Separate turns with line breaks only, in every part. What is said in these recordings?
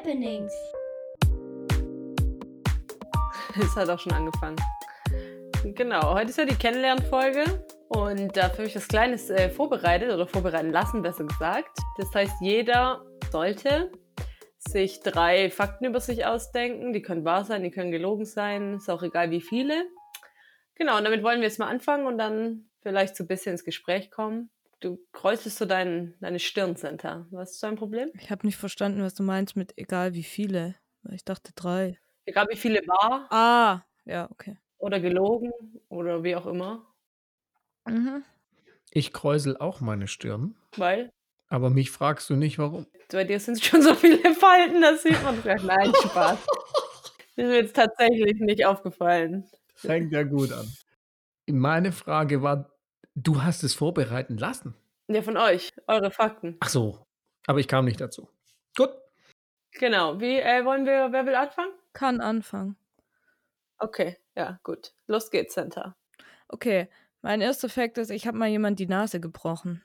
Happenings.
Es hat auch schon angefangen. Genau, heute ist ja die Kennenlernfolge und dafür habe ich was Kleines vorbereitet oder vorbereiten lassen, besser gesagt. Das heißt, jeder sollte sich 3 Fakten über sich ausdenken. Die können wahr sein, die können gelogen sein, ist auch egal wie viele. Genau, und damit wollen wir jetzt mal anfangen und dann vielleicht so ein bisschen ins Gespräch kommen. Du kräuselst so deine Stirn, Santa. Was ist dein Problem?
Ich habe nicht verstanden, was du meinst mit egal wie viele. Ich dachte 3.
Egal wie viele wahr
Ah, ja, okay.
oder gelogen oder wie auch immer.
Mhm.
Ich kräusel auch meine Stirn,
Weil
aber mich fragst du nicht, warum.
bei dir sind schon so viele Falten, das sieht man gleich. Nein, Spaß. Das ist mir jetzt tatsächlich nicht aufgefallen.
Fängt ja gut an. Meine Frage war, du hast es vorbereiten lassen.
Ja, von euch, eure Fakten.
Ach so, aber ich kam nicht dazu. Gut.
Genau, wer will anfangen?
Kann anfangen.
Okay, ja, gut. Los geht's, Santa.
Okay, mein erster Fakt ist, ich habe mal jemand die Nase gebrochen.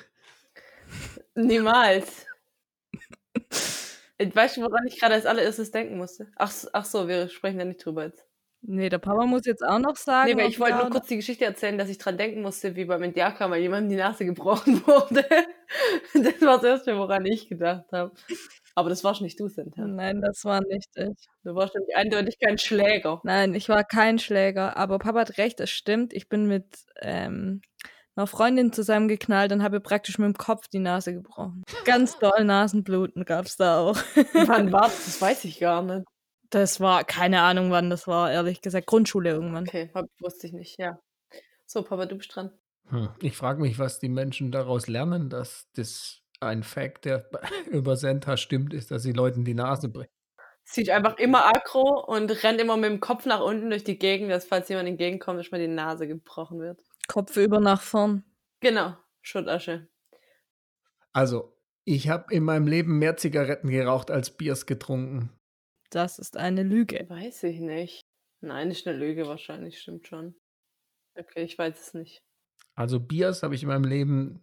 Niemals. Weißt du, woran ich gerade als allererstes denken musste? Ach so, wir sprechen ja nicht drüber jetzt.
Nee, der Papa muss jetzt auch noch sagen.
Nee, weil
ob
ich wollte
ja
nur
oder-
kurz die Geschichte erzählen, dass ich dran denken musste, wie beim Indiaker mal jemandem die Nase gebrochen wurde. Das war das Erste, woran ich gedacht habe. Aber das warst nicht du, Santa.
Nein, das war nicht ich.
Du warst nämlich eindeutig kein Schläger.
Nein, ich war kein Schläger, aber Papa hat recht, es stimmt. Ich bin mit einer Freundin zusammengeknallt und habe praktisch mit dem Kopf die Nase gebrochen. Ganz doll Nasenbluten gab's da auch.
Wann war das? Das weiß ich gar nicht.
Das war, keine Ahnung, wann das war, ehrlich gesagt. Grundschule irgendwann.
Okay, wusste ich nicht, ja. So, Papa, du bist dran.
Ich frage mich, was die Menschen daraus lernen, dass das ein Fact, der über Senta stimmt, ist, dass sie Leuten die Nase bricht.
Sie ist einfach immer aggro und rennt immer mit dem Kopf nach unten durch die Gegend, dass falls jemand entgegenkommt, dass mal die Nase gebrochen wird.
Kopf über nach vorn.
Genau, Schuttasche.
Also, ich habe in meinem Leben mehr Zigaretten geraucht als Biers getrunken.
Das ist eine Lüge.
Weiß ich nicht. Nein, ist eine Lüge wahrscheinlich, stimmt schon. Okay, ich weiß es nicht.
Also Biers habe ich in meinem Leben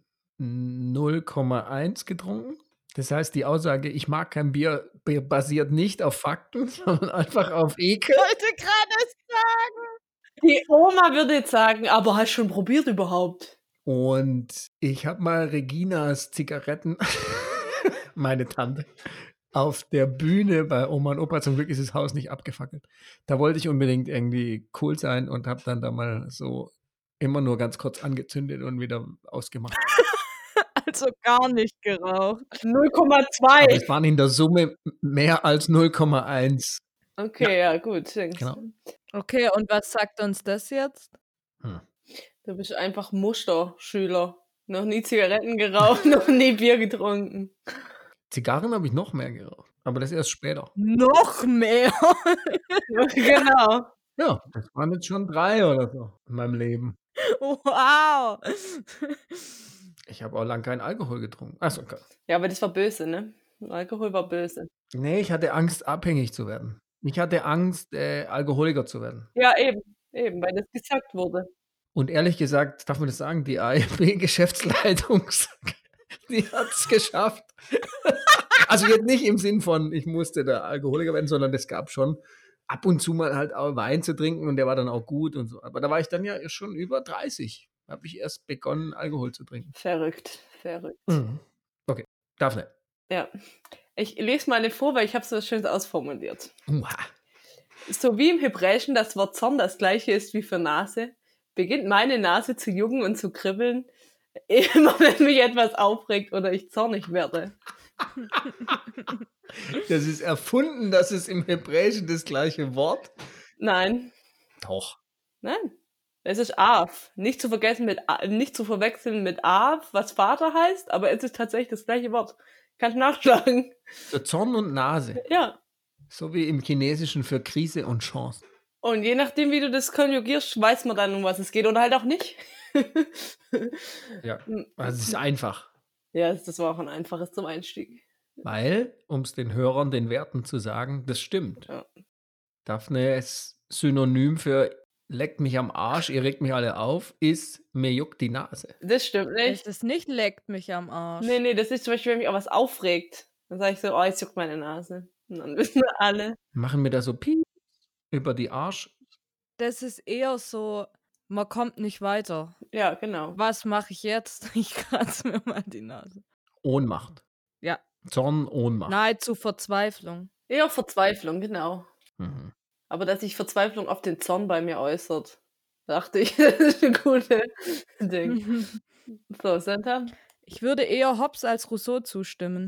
0,1 getrunken. Das heißt, die Aussage, ich mag kein Bier, basiert nicht auf Fakten, sondern einfach auf Ekel.
wollte gerade sagen.
Die Oma würde jetzt sagen, aber hast du schon probiert überhaupt?
Und ich habe mal Reginas Zigaretten, meine Tante, auf der Bühne bei Oma und Opa, zum Glück ist das Haus nicht abgefackelt. Da wollte ich unbedingt irgendwie cool sein und habe dann da mal so immer nur ganz kurz angezündet und wieder ausgemacht.
Also gar nicht geraucht.
0,2.
Aber es waren in der Summe mehr als 0,1.
Okay, ja, gut.
Genau.
Okay, und was sagt uns das jetzt?
Du bist einfach Musterschüler. Noch nie Zigaretten geraucht, noch nie Bier getrunken.
Zigarren habe ich noch mehr geraucht, aber das erst später.
Noch mehr.
Genau.
Ja, das waren jetzt schon 3 oder so in meinem Leben.
Wow.
Ich habe auch lange keinen Alkohol getrunken. Achso, okay.
Ja, aber das war böse, ne? Alkohol war böse.
Nee, ich hatte Angst, abhängig zu werden. Ich hatte Angst, Alkoholiker zu werden.
Ja, eben, weil das gesagt wurde.
Und ehrlich gesagt, darf man das sagen, die AEB-Geschäftsleitung, die hat es geschafft. Also jetzt nicht im Sinn von, ich musste der Alkoholiker werden, sondern es gab schon ab und zu mal halt auch Wein zu trinken und der war dann auch gut und so. Aber da war ich dann ja schon über 30. Habe ich erst begonnen, Alkohol zu trinken.
Verrückt.
Okay, darf nicht.
Ja. Ich lese mal eine vor, weil ich habe so was Schönes ausformuliert.
Uha.
So wie im Hebräischen das Wort Zorn das gleiche ist wie für Nase, beginnt meine Nase zu jucken und zu kribbeln, immer wenn mich etwas aufregt oder ich zornig werde.
Das ist erfunden, das ist im Hebräischen das gleiche Wort.
Nein,
Doch.
nein. Es ist Av. Nicht zu verwechseln mit Av, was Vater heißt, aber es ist tatsächlich das gleiche Wort. Kannst nachschlagen.
Für Zorn und Nase.
Ja.
So wie im Chinesischen für Krise und Chance.
Und je nachdem, wie du das konjugierst, weiß man dann, um was es geht oder halt auch nicht.
Ja, also es ist einfach.
Ja, das war auch ein einfaches zum Einstieg.
Weil, um es den Hörern, den Werten zu sagen, das stimmt.
Ja.
Daphne ist Synonym für leckt mich am Arsch, ihr regt mich alle auf, ist mir juckt die Nase.
Das stimmt nicht.
Es ist nicht leckt mich am Arsch.
Nee, das ist zum Beispiel, wenn mich auch was aufregt. Dann sage ich so, oh, jetzt juckt meine Nase. Und dann wissen wir alle.
Machen wir da so Piep über die Arsch.
Das ist eher so, man kommt nicht weiter.
Ja, genau.
Was mache ich jetzt? Ich kratze mir mal die Nase.
Ohnmacht.
Ja.
Zorn, Ohnmacht.
Nahezu Verzweiflung.
Eher Verzweiflung, genau.
Mhm.
Aber dass sich Verzweiflung auf den Zorn bei mir äußert, dachte ich, das ist ein gutes Ding. So, Santa?
Ich würde eher Hobbes als Rousseau zustimmen.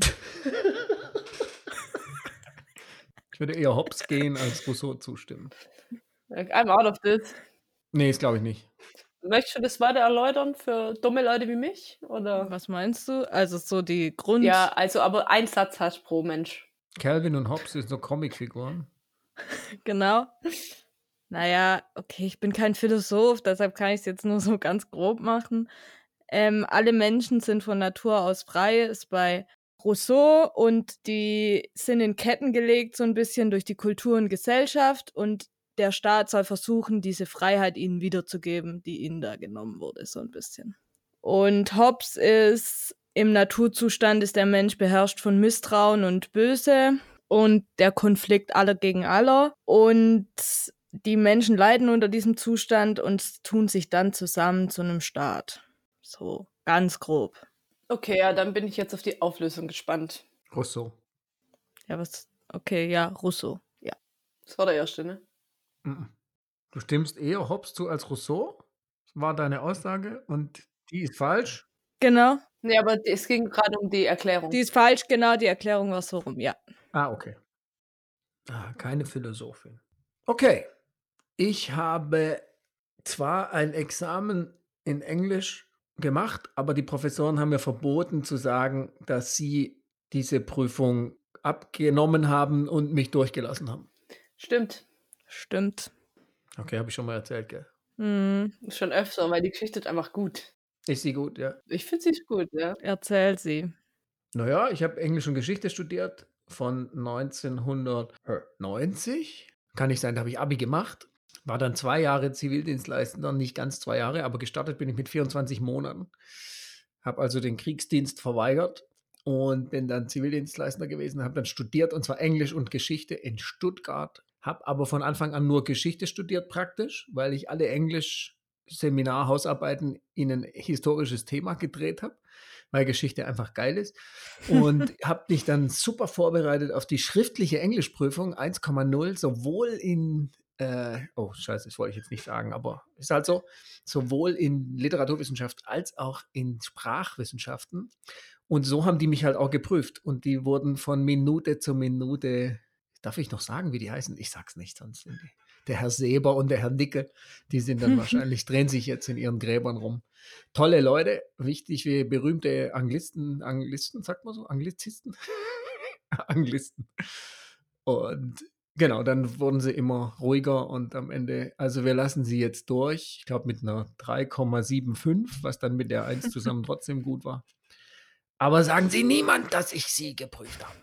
Ich würde eher Hobbes gehen, als Rousseau zustimmen.
I'm out of this.
Nee, das glaube ich nicht.
Möchtest du das weiter erläutern für dumme Leute wie mich? Oder?
Was meinst du? Also so die Grund...
Ja, also aber einen Satz hast pro Mensch.
Calvin und Hobbes sind so Comicfiguren.
Genau. Naja, okay, ich bin kein Philosoph, deshalb kann ich es jetzt nur so ganz grob machen. Alle Menschen sind von Natur aus frei, ist bei Rousseau, und die sind in Ketten gelegt so ein bisschen durch die Kultur und Gesellschaft, und der Staat soll versuchen, diese Freiheit ihnen wiederzugeben, die ihnen da genommen wurde, so ein bisschen. Und Hobbes ist, im Naturzustand ist der Mensch beherrscht von Misstrauen und Böse und der Konflikt aller gegen aller, und die Menschen leiden unter diesem Zustand und tun sich dann zusammen zu einem Staat. So, ganz grob.
Okay, ja, dann bin ich jetzt auf die Auflösung gespannt.
Rousseau.
Ja, was? Okay, ja, Rousseau. Ja.
Das war der erste, ne?
Mhm. Du stimmst eher Hobbes zu als Rousseau? War deine Aussage und die ist falsch?
Genau.
Nee, aber es ging gerade um die Erklärung.
Die ist falsch, genau, die Erklärung war so rum, ja.
Ah, okay. Keine Philosophin. Okay. Ich habe zwar ein Examen in Englisch gemacht, aber die Professoren haben mir verboten zu sagen, dass sie diese Prüfung abgenommen haben und mich durchgelassen haben.
Stimmt.
Stimmt.
Okay, habe ich schon mal erzählt, gell?
Schon öfter, weil die Geschichte ist einfach gut.
Ist sie gut, ja?
Ich finde sie gut, ja.
Erzähl sie.
Naja, ich habe Englisch und Geschichte studiert von 1990. Kann nicht sein, da habe ich Abi gemacht. War dann 2 Jahre Zivildienstleistender, nicht ganz 2 Jahre, aber gestartet bin ich mit 24 Monaten. Habe also den Kriegsdienst verweigert und bin dann Zivildienstleistender gewesen, habe dann studiert, und zwar Englisch und Geschichte in Stuttgart. Habe aber von Anfang an nur Geschichte studiert praktisch, weil ich alle Englisch-Seminar-Hausarbeiten in ein historisches Thema gedreht habe, weil Geschichte einfach geil ist. Und habe mich dann super vorbereitet auf die schriftliche Englischprüfung 1,0, sowohl in oh, scheiße, das wollte ich jetzt nicht sagen, aber ist halt so, sowohl in Literaturwissenschaft als auch in Sprachwissenschaften. Und so haben die mich halt auch geprüft. Und die wurden von Minute zu Minute, darf ich noch sagen, wie die heißen? Ich sag's nicht, sonst sind die. Der Herr Seber und der Herr Nickel, die sind dann wahrscheinlich, drehen sich jetzt in ihren Gräbern rum. Tolle Leute, wichtig wie berühmte Anglisten, sagt man so? Anglizisten? Anglisten. Und genau, dann wurden sie immer ruhiger und am Ende, also wir lassen sie jetzt durch, ich glaube mit einer 3,75, was dann mit der 1 zusammen trotzdem gut war. Aber sagen Sie niemand, dass ich Sie geprüft habe.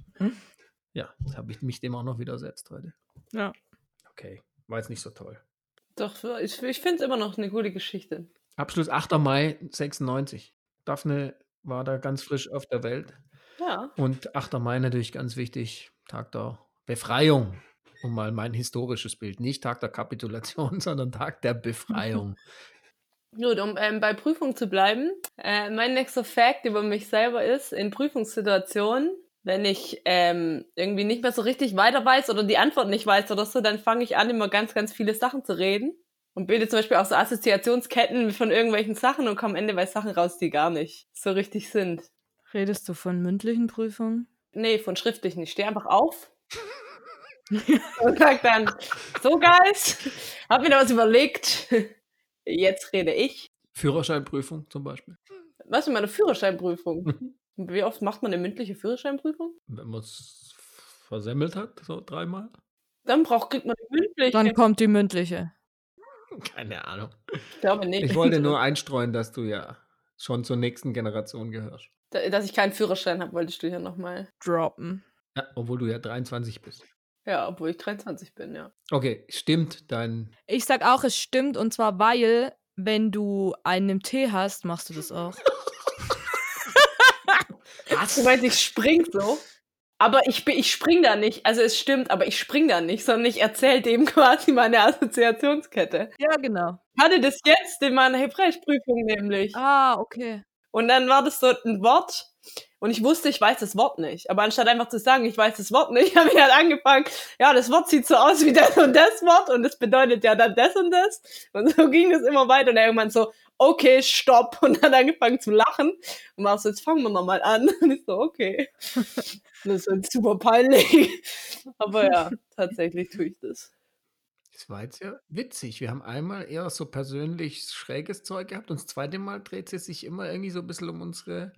Ja, jetzt habe ich mich dem auch noch widersetzt heute.
Ja.
Okay, war jetzt nicht so toll.
Doch, ich finde es immer noch eine gute Geschichte.
Abschluss 8. Mai 96. Daphne war da ganz frisch auf der Welt.
Ja.
Und 8. Mai natürlich ganz wichtig, Tag der Befreiung. Um mal mein historisches Bild. Nicht Tag der Kapitulation, sondern Tag der Befreiung.
Gut, um bei Prüfung zu bleiben. Mein nächster Fact über mich selber ist, in Prüfungssituationen, wenn ich irgendwie nicht mehr so richtig weiter weiß oder die Antwort nicht weiß oder so, dann fange ich an, immer ganz, ganz viele Sachen zu reden und bilde zum Beispiel auch so Assoziationsketten von irgendwelchen Sachen und komme am Ende bei Sachen raus, die gar nicht so richtig sind.
Redest du von mündlichen Prüfungen?
Nee, von schriftlichen. Ich stehe einfach auf und sag dann, so Guys, hab mir da was überlegt. Jetzt rede ich.
Führerscheinprüfung zum Beispiel.
Was ist meine Führerscheinprüfung? Wie oft macht man eine mündliche Führerscheinprüfung?
Wenn man es versemmelt hat, so 3-mal.
Dann kriegt man die mündliche.
Dann kommt die mündliche.
Keine Ahnung.
Ich glaube nicht.
Ich wollte nur einstreuen, dass du ja schon zur nächsten Generation gehörst.
Dass ich keinen Führerschein habe, wolltest du ja nochmal
Droppen.
Ja, obwohl du ja 23 bist.
Ja, obwohl ich 23 bin, ja.
Okay, stimmt dein...
Ich sag auch, es stimmt, und zwar, weil, wenn du einen im Tee hast, machst du das auch.
Was? Du meinst, ich spring so? Aber ich spring da nicht. Also es stimmt, aber ich spring da nicht, sondern ich erzähle dem quasi meine Assoziationskette.
Ja, genau.
Ich hatte das jetzt in meiner Hebräischprüfung nämlich.
Ah, okay.
Und dann war das so ein Wort und ich wusste, ich weiß das Wort nicht. Aber anstatt einfach zu sagen, ich weiß das Wort nicht, habe ich halt angefangen, ja, das Wort sieht so aus wie das und das Wort und das bedeutet ja dann das und das. Und so ging das immer weiter und irgendwann so, okay, stopp. Und dann angefangen zu lachen und war so, jetzt fangen wir nochmal an. Und ich so, okay. Das ist halt super peinlich. Aber ja, tatsächlich tue ich das.
Das war jetzt ja witzig. Wir haben einmal eher so persönlich schräges Zeug gehabt und das zweite Mal dreht sie sich immer irgendwie so ein bisschen um unsere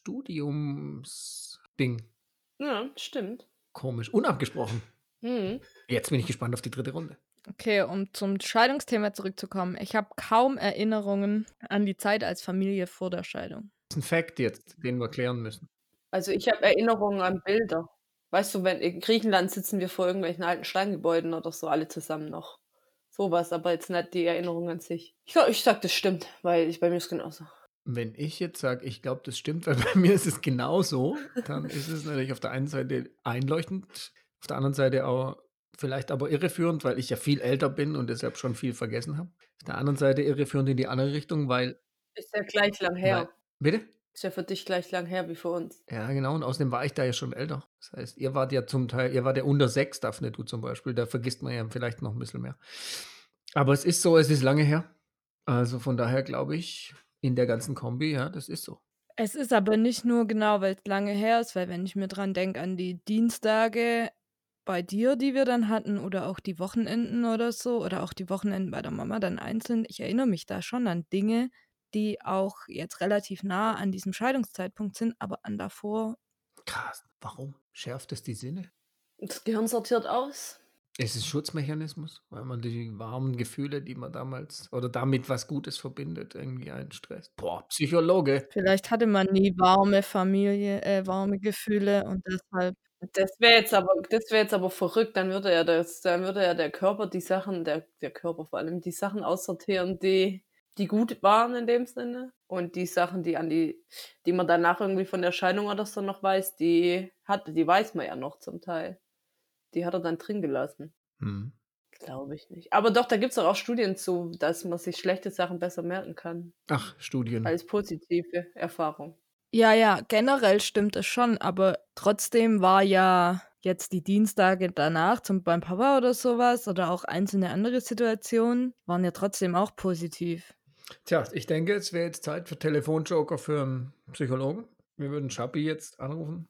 Studiumsding.
Ja, stimmt.
Komisch. Unabgesprochen.
Hm.
Jetzt bin ich gespannt auf die dritte Runde.
Okay, um zum Scheidungsthema zurückzukommen. Ich habe kaum Erinnerungen an die Zeit als Familie vor der Scheidung.
Das ist ein Fact jetzt, den wir klären müssen.
Also ich habe Erinnerungen an Bilder. Weißt du, wenn in Griechenland sitzen wir vor irgendwelchen alten Steingebäuden oder so, alle zusammen noch. Sowas, aber jetzt nicht die Erinnerung an sich. Ich sag, das stimmt, weil bei mir ist es genauso.
Wenn ich jetzt sage, ich glaube, das stimmt, weil bei mir ist es genauso, dann ist es natürlich auf der einen Seite einleuchtend, auf der anderen Seite auch vielleicht aber irreführend, weil ich ja viel älter bin und deshalb schon viel vergessen habe. Auf der anderen Seite irreführend in die andere Richtung, weil...
Ist ja gleich lang her.
Bitte?
Ist ja für dich gleich lang her wie für uns.
Ja, genau. Und außerdem war ich da ja schon älter. Das heißt, ihr wart ja zum Teil, ihr wart ja unter 6, Daphne, du zum Beispiel. Da vergisst man ja vielleicht noch ein bisschen mehr. Aber es ist so, es ist lange her. Also von daher glaube ich, in der ganzen Kombi, ja, das ist so.
Es ist aber nicht nur genau, weil es lange her ist, weil wenn ich mir dran denke an die Dienstage bei dir, die wir dann hatten, oder auch die Wochenenden oder so, oder auch die Wochenenden bei der Mama dann einzeln, ich erinnere mich da schon an Dinge, die auch jetzt relativ nah an diesem Scheidungszeitpunkt sind, aber an davor.
Krass. Warum? Schärft es die Sinne?
Das Gehirn sortiert aus.
Es ist ein Schutzmechanismus, weil man die warmen Gefühle, die man damals oder damit was Gutes verbindet, irgendwie einstresst. Boah, Psychologe.
Vielleicht hatte man nie warme Familie, warme Gefühle und deshalb.
Das wäre jetzt aber verrückt. Dann würde ja der Körper die Sachen, der Körper vor allem, die Sachen aussortieren, die gut waren in dem Sinne. Und die Sachen, die man danach irgendwie von der Scheidung oder so noch weiß, die weiß man ja noch zum Teil. Die hat er dann drin gelassen.
Hm.
Glaube ich nicht. Aber doch, da gibt es auch Studien zu, dass man sich schlechte Sachen besser merken kann.
Ach, Studien.
Als positive Erfahrung.
Ja, generell stimmt es schon, aber trotzdem war ja jetzt die Dienstage danach beim Papa oder sowas oder auch einzelne andere Situationen waren ja trotzdem auch positiv.
Tja, ich denke, es wäre jetzt Zeit für Telefonjoker für einen Psychologen. Wir würden Schappi jetzt anrufen.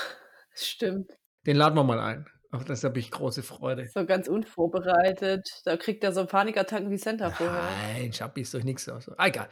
Stimmt.
Den laden wir mal ein. Auf das habe ich große Freude.
So ganz unvorbereitet. Da kriegt er so Panikattacken wie Santa vorher.
Nein, Schappi ist doch nichts. Egal.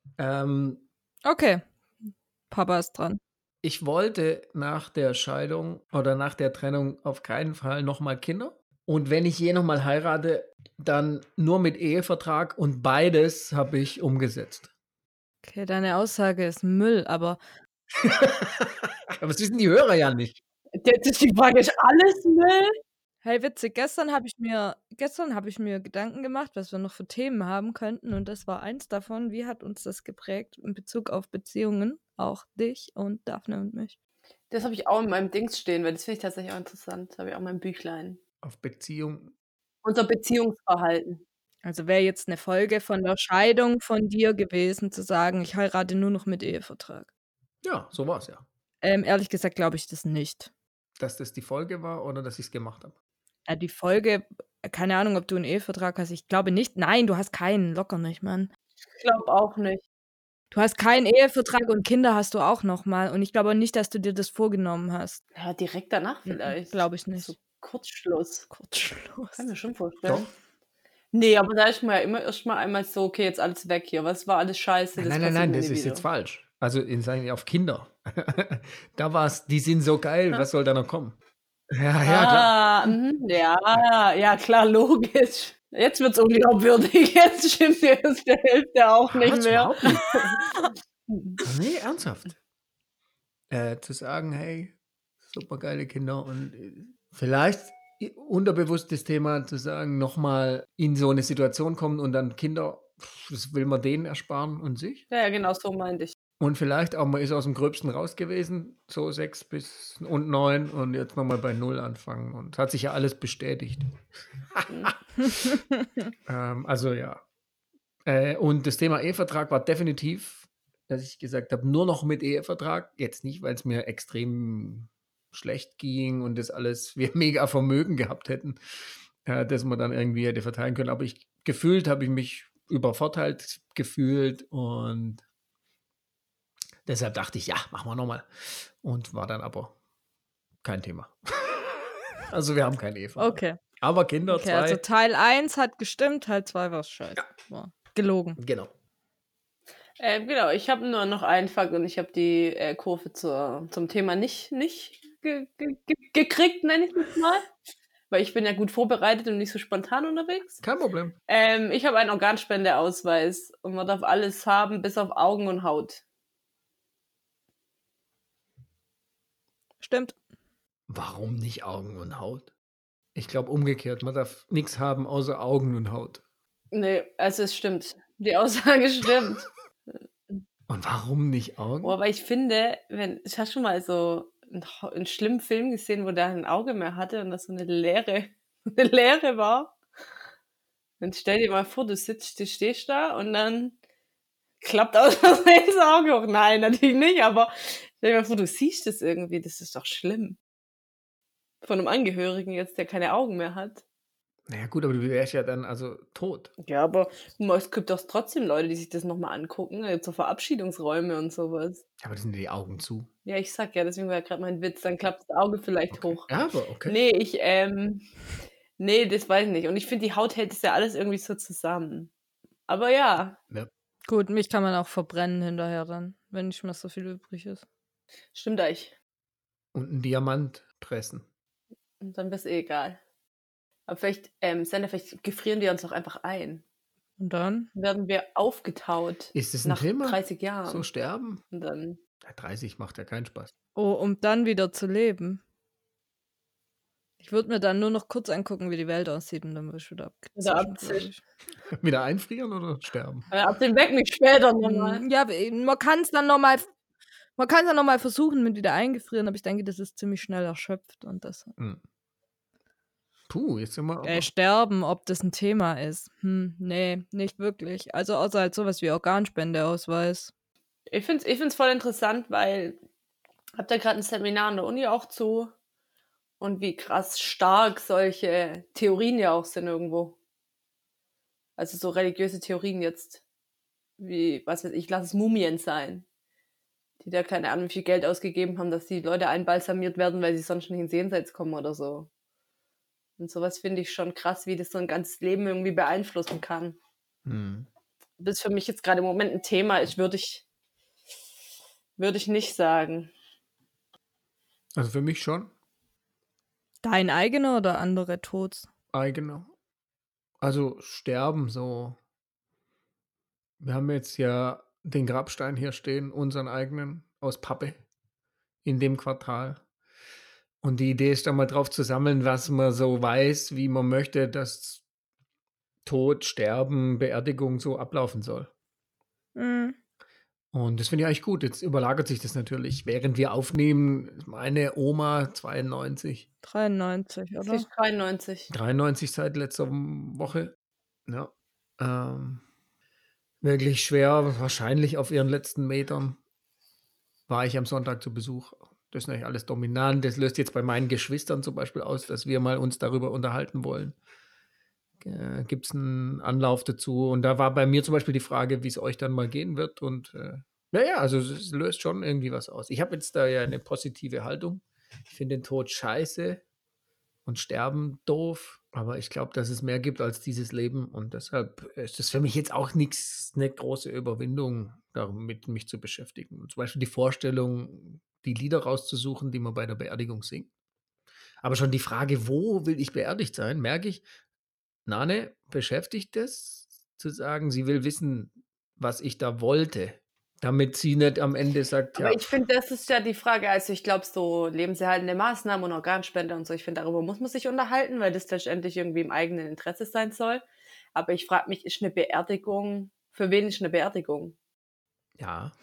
Okay, Papa ist dran.
Ich wollte nach der Scheidung oder nach der Trennung auf keinen Fall nochmal Kinder. Und wenn ich je nochmal heirate, dann nur mit Ehevertrag und beides habe ich umgesetzt.
Okay, deine Aussage ist Müll, aber
Aber das wissen die Hörer ja nicht.
Jetzt ist die Frage, ist alles Müll?
hey, witzig, gestern habe ich mir Gedanken gemacht, was wir noch für Themen haben könnten und das war eins davon. Wie hat uns das geprägt in Bezug auf Beziehungen? Auch dich und Daphne und mich.
Das habe ich auch in meinem Dings stehen, weil das finde ich tatsächlich auch interessant. Das habe ich auch in meinem Büchlein.
Auf Beziehung.
Unser Beziehungsverhalten.
Also wäre jetzt eine Folge von der Scheidung von dir gewesen, zu sagen, ich heirate nur noch mit Ehevertrag.
Ja, so war es ja.
Ehrlich gesagt glaube ich das nicht.
Dass das die Folge war oder dass ich es gemacht habe.
Ja, die Folge, keine Ahnung, ob du einen Ehevertrag hast. Ich glaube nicht. Nein, du hast keinen. Locker nicht, Mann.
Ich glaube auch nicht.
Du hast keinen Ehevertrag und Kinder hast du auch noch mal. Und ich glaube auch nicht, dass du dir das vorgenommen hast.
Ja, direkt danach vielleicht.
Glaube ich nicht.
So Kurzschluss.
Kurzschluss.
Kann mir schon vorstellen.
Doch.
Nee, aber da ist man ja immer erstmal einmal so, okay, jetzt alles weg hier. Was war alles scheiße?
Nein, das ist jetzt falsch. Also auf Kinder. Da war es, die sind so geil, was soll da noch kommen? Ja, klar.
Ja, klar, logisch. Jetzt wird's unglaubwürdig. Jetzt stimmt die erste Hälfte auch nicht
Was?
mehr.
Überhaupt nicht. Nee, ernsthaft. Zu sagen, hey, super geile Kinder und vielleicht unterbewusstes Thema zu sagen, nochmal in so eine Situation kommen und dann Kinder, das will man denen ersparen und sich.
Ja, genau so meinte ich.
Und vielleicht auch, man ist aus dem Gröbsten raus gewesen, so 6 bis und 9 und jetzt nochmal bei 0 anfangen. Und es hat sich ja alles bestätigt. Also ja. Und das Thema Ehevertrag war definitiv, dass ich gesagt habe, nur noch mit Ehevertrag. Jetzt nicht, weil es mir extrem schlecht ging und das alles, wir mega Vermögen gehabt hätten, dass man dann irgendwie hätte verteilen können. Aber gefühlt habe ich mich übervorteilt gefühlt und deshalb dachte ich, ja, machen wir nochmal. Und war dann aber kein Thema. Also wir haben kein Ehevertrag.
Okay.
Aber Kinder,
Okay, also
2.
Teil 1 hat gestimmt, Teil 2 war scheiße.
Ja.
War gelogen.
Genau.
Genau, ich habe nur noch einen Fakt und ich habe die Kurve zum Thema nicht gekriegt, nenne ich es mal. Weil ich bin ja gut vorbereitet und nicht so spontan unterwegs.
Kein Problem.
Ich habe einen Organspendeausweis und man darf alles haben, bis auf Augen und Haut.
Stimmt.
Warum nicht Augen und Haut? Ich glaube umgekehrt, man darf nichts haben außer Augen und Haut.
Nee, also es stimmt. Die Aussage stimmt.
Und warum nicht Augen?
Aber ich finde, ich habe schon mal so einen schlimmen Film gesehen, wo der ein Auge mehr hatte und das so eine Leere war. Dann stell dir mal vor, du stehst da und dann klappt aus Versehen das Auge hoch. Nein, natürlich nicht, aber stell dir mal vor, du siehst das irgendwie, das ist doch schlimm. Von einem Angehörigen jetzt, der keine Augen mehr hat.
Naja gut, aber du wärst ja dann also tot.
Ja, aber es gibt doch trotzdem Leute, die sich das nochmal angucken, so Verabschiedungsräume und sowas.
Aber das sind die Augen zu.
Ja, ich sag ja, deswegen war ja gerade mein Witz, dann klappt das Auge vielleicht hoch.
Ja, aber okay.
Nee, das weiß ich nicht. Und ich finde, die Haut hält es ja alles irgendwie so zusammen. Aber ja.
Gut, mich kann man auch verbrennen hinterher dann, wenn nicht mehr so viel übrig ist.
Stimmt eigentlich.
Und einen Diamant pressen.
Und dann ist egal. Aber vielleicht, vielleicht gefrieren wir uns doch einfach ein.
Und dann?
Werden wir aufgetaut.
Ist das ein
nach
Thema?
30 Jahren.
So sterben?
Und dann.
Ja, 30 macht ja keinen Spaß.
Oh, um dann wieder zu leben. Ich würde mir dann nur noch kurz angucken, wie die Welt aussieht und dann würde ich wieder
abzischen.
Wieder einfrieren oder sterben?
Ab dem Weg nicht später nochmal.
Ja, man kann es dann nochmal versuchen mit wieder eingefrieren, aber ich denke, das ist ziemlich schnell erschöpft und das.
Puh, jetzt sind wir.
Sterben, ob das ein Thema ist. Nee, nicht wirklich. Also außer halt sowas wie Organspendeausweis.
Ich find's voll interessant, weil habt ihr gerade ein Seminar an der Uni auch zu und wie krass stark solche Theorien ja auch sind irgendwo. Also so religiöse Theorien jetzt, wie, was weiß ich, lass es Mumien sein, die da keine Ahnung, wie viel Geld ausgegeben haben, dass die Leute einbalsamiert werden, weil sie sonst nicht ins Jenseits kommen oder so. Und sowas finde ich schon krass, wie das so ein ganzes Leben irgendwie beeinflussen kann. Das für mich jetzt gerade im Moment ein Thema ist, würde ich nicht sagen.
Also für mich schon.
Dein eigener oder andere Tods?
Eigener. Also sterben so. Wir haben jetzt ja den Grabstein hier stehen, unseren eigenen, aus Pappe, in dem Quartal. Und die Idee ist da mal drauf zu sammeln, was man so weiß, wie man möchte, dass Tod, Sterben, Beerdigung so ablaufen soll. Und das finde ich eigentlich gut. Jetzt überlagert sich das natürlich. Während wir aufnehmen, meine Oma 92.
93, oder?
Ich 93.
93 seit letzter Woche. Ja. Wirklich schwer, wahrscheinlich auf ihren letzten Metern. War ich am Sonntag zu Besuch. Das ist natürlich alles dominant. Das löst jetzt bei meinen Geschwistern zum Beispiel aus, dass wir mal uns darüber unterhalten wollen. Gibt es einen Anlauf dazu? Und da war bei mir zum Beispiel die Frage, wie es euch dann mal gehen wird. Und also es löst schon irgendwie was aus. Ich habe jetzt da ja eine positive Haltung. Ich finde den Tod scheiße und Sterben doof. Aber ich glaube, dass es mehr gibt als dieses Leben. Und deshalb ist das für mich jetzt auch eine große Überwindung, damit mich zu beschäftigen. Und zum Beispiel die Vorstellung, die Lieder rauszusuchen, die man bei der Beerdigung singt. Aber schon die Frage, wo will ich beerdigt sein, merke ich, Nane beschäftigt es, zu sagen, sie will wissen, was ich da wollte, damit sie nicht am Ende sagt,
Aber ich finde, das ist ja die Frage, also ich glaube, so lebenserhaltende Maßnahmen und Organspende und so, ich finde, darüber muss man sich unterhalten, weil das letztendlich irgendwie im eigenen Interesse sein soll. Aber ich frage mich, ist eine Beerdigung, für wen ist eine Beerdigung?
Ja.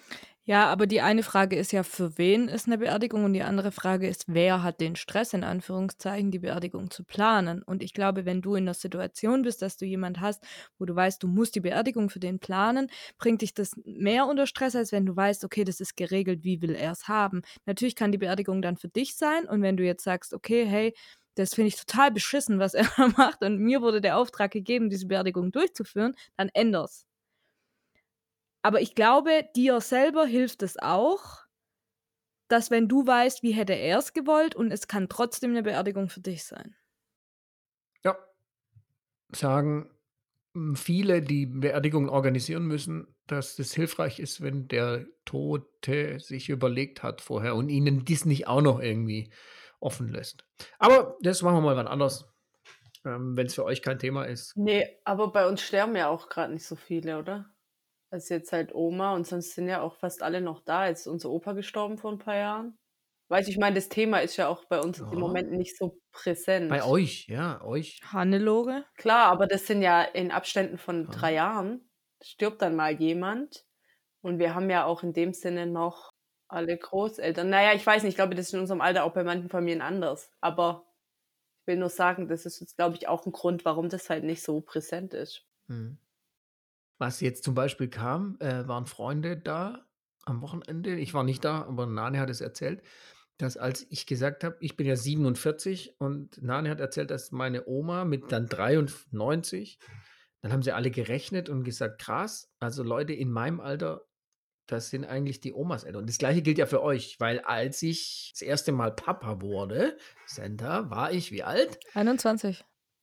Ja, aber die eine Frage ist ja, für wen ist eine Beerdigung und die andere Frage ist, wer hat den Stress, in Anführungszeichen, die Beerdigung zu planen? Und ich glaube, wenn du in der Situation bist, dass du jemand hast, wo du weißt, du musst die Beerdigung für den planen, bringt dich das mehr unter Stress, als wenn du weißt, okay, das ist geregelt, wie will er es haben. Natürlich kann die Beerdigung dann für dich sein und wenn du jetzt sagst, okay, hey, das finde ich total beschissen, was er da macht und mir wurde der Auftrag gegeben, diese Beerdigung durchzuführen, dann änder's. Aber ich glaube, dir selber hilft es auch, dass wenn du weißt, wie hätte er es gewollt und es kann trotzdem eine Beerdigung für dich sein.
Ja, sagen viele, die Beerdigungen organisieren müssen, dass es hilfreich ist, wenn der Tote sich überlegt hat vorher und ihnen dies nicht auch noch irgendwie offen lässt. Aber das machen wir mal wann anders, wenn es für euch kein Thema ist.
Nee, aber bei uns sterben ja auch gerade nicht so viele, oder? Also jetzt halt Oma und sonst sind ja auch fast alle noch da. Jetzt ist unser Opa gestorben vor ein paar Jahren. Weißt du, ich meine, das Thema ist ja auch bei uns im
Ja.
Moment nicht so
Bei
präsent.
euch, ja, euch.
Hannelore?
Klar, aber das sind ja in Abständen von
Ja.
3 Jahren, stirbt dann mal jemand. Und wir haben ja auch in dem Sinne noch alle Großeltern. Naja, ich weiß nicht, ich glaube, das ist in unserem Alter auch bei manchen Familien anders. Aber ich will nur sagen, das ist jetzt, glaube ich, auch ein Grund, warum das halt nicht so präsent ist.
Hm. Was jetzt zum Beispiel kam, waren Freunde da am Wochenende. Ich war nicht da, aber Nane hat es erzählt, dass als ich gesagt habe, ich bin ja 47 und Nane hat erzählt, dass meine Oma mit dann 93, dann haben sie alle gerechnet und gesagt, krass, also Leute in meinem Alter, das sind eigentlich die Omas Eltern. Und das Gleiche gilt ja für euch, weil als ich das erste Mal Papa wurde, Senta, war ich wie alt?
21.